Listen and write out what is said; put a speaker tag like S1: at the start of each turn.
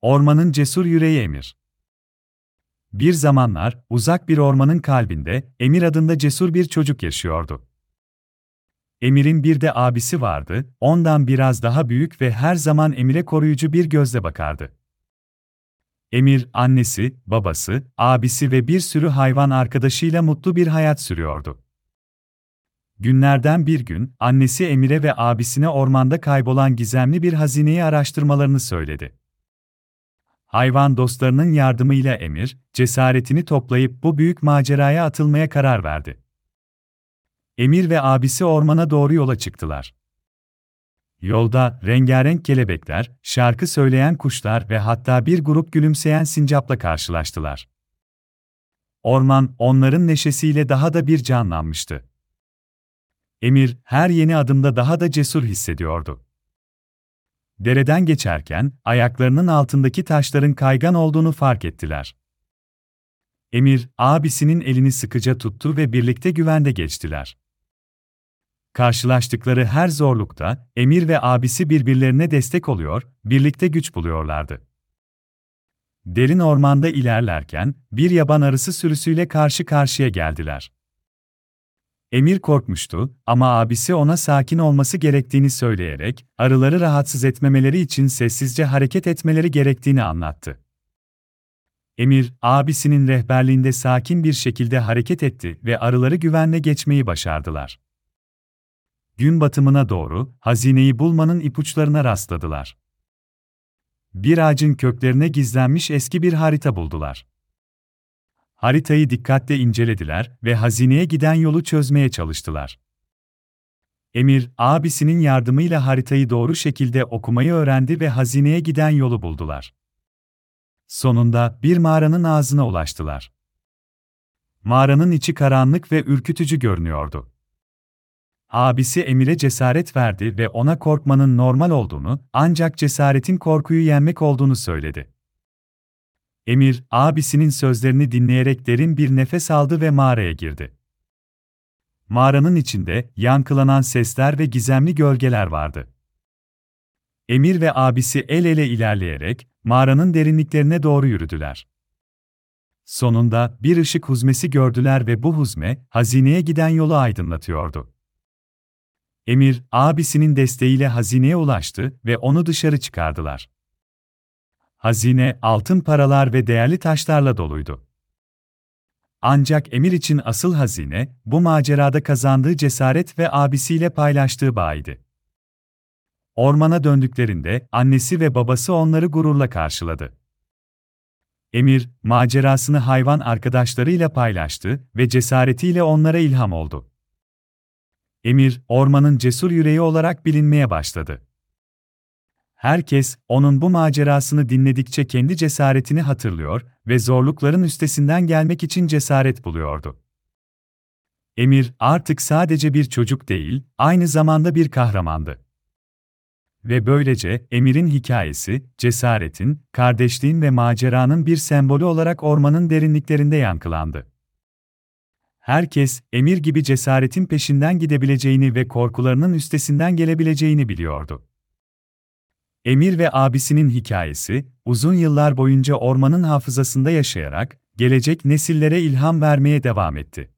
S1: Ormanın cesur yüreği Emir. Bir zamanlar, uzak bir ormanın kalbinde, Emir adında cesur bir çocuk yaşıyordu. Emir'in bir de abisi vardı, ondan biraz daha büyük ve her zaman Emir'e koruyucu bir gözle bakardı. Emir, annesi, babası, abisi ve bir sürü hayvan arkadaşıyla mutlu bir hayat sürüyordu. Günlerden bir gün, annesi Emir'e ve abisine ormanda kaybolan gizemli bir hazineyi araştırmalarını söyledi. Hayvan dostlarının yardımıyla Emir, cesaretini toplayıp bu büyük maceraya atılmaya karar verdi. Emir ve abisi ormana doğru yola çıktılar. Yolda rengarenk kelebekler, şarkı söyleyen kuşlar ve hatta bir grup gülümseyen sincapla karşılaştılar. Orman, onların neşesiyle daha da bir canlanmıştı. Emir, her yeni adımda daha da cesur hissediyordu. Dereden geçerken, ayaklarının altındaki taşların kaygan olduğunu fark ettiler. Emir, abisinin elini sıkıca tuttu ve birlikte güvende geçtiler. Karşılaştıkları her zorlukta, Emir ve abisi birbirlerine destek oluyor, birlikte güç buluyorlardı. Derin ormanda ilerlerken, bir yaban arısı sürüsüyle karşı karşıya geldiler. Emir korkmuştu ama abisi ona sakin olması gerektiğini söyleyerek, arıları rahatsız etmemeleri için sessizce hareket etmeleri gerektiğini anlattı. Emir, abisinin rehberliğinde sakin bir şekilde hareket etti ve arıları güvenle geçmeyi başardılar. Gün batımına doğru, hazineyi bulmanın ipuçlarına rastladılar. Bir ağacın köklerine gizlenmiş eski bir harita buldular. Haritayı dikkatle incelediler ve hazineye giden yolu çözmeye çalıştılar. Emir, abisinin yardımıyla haritayı doğru şekilde okumayı öğrendi ve hazineye giden yolu buldular. Sonunda bir mağaranın ağzına ulaştılar. Mağaranın içi karanlık ve ürkütücü görünüyordu. Abisi Emir'e cesaret verdi ve ona korkmanın normal olduğunu, ancak cesaretin korkuyu yenmek olduğunu söyledi. Emir, abisinin sözlerini dinleyerek derin bir nefes aldı ve mağaraya girdi. Mağaranın içinde yankılanan sesler ve gizemli gölgeler vardı. Emir ve abisi el ele ilerleyerek mağaranın derinliklerine doğru yürüdüler. Sonunda bir ışık huzmesi gördüler ve bu huzme, hazineye giden yolu aydınlatıyordu. Emir, abisinin desteğiyle hazineye ulaştı ve onu dışarı çıkardılar. Hazine, altın paralar ve değerli taşlarla doluydu. Ancak Emir için asıl hazine, bu macerada kazandığı cesaret ve abisiyle paylaştığı bağıydı. Ormana döndüklerinde, annesi ve babası onları gururla karşıladı. Emir, macerasını hayvan arkadaşlarıyla paylaştı ve cesaretiyle onlara ilham oldu. Emir, ormanın cesur yüreği olarak bilinmeye başladı. Herkes, onun bu macerasını dinledikçe kendi cesaretini hatırlıyor ve zorlukların üstesinden gelmek için cesaret buluyordu. Emir, artık sadece bir çocuk değil, aynı zamanda bir kahramandı. Ve böylece, Emir'in hikayesi, cesaretin, kardeşliğin ve maceranın bir sembolü olarak ormanın derinliklerinde yankılandı. Herkes, Emir gibi cesaretin peşinden gidebileceğini ve korkularının üstesinden gelebileceğini biliyordu. Emir ve abisinin hikayesi, uzun yıllar boyunca ormanın hafızasında yaşayarak, gelecek nesillere ilham vermeye devam etti.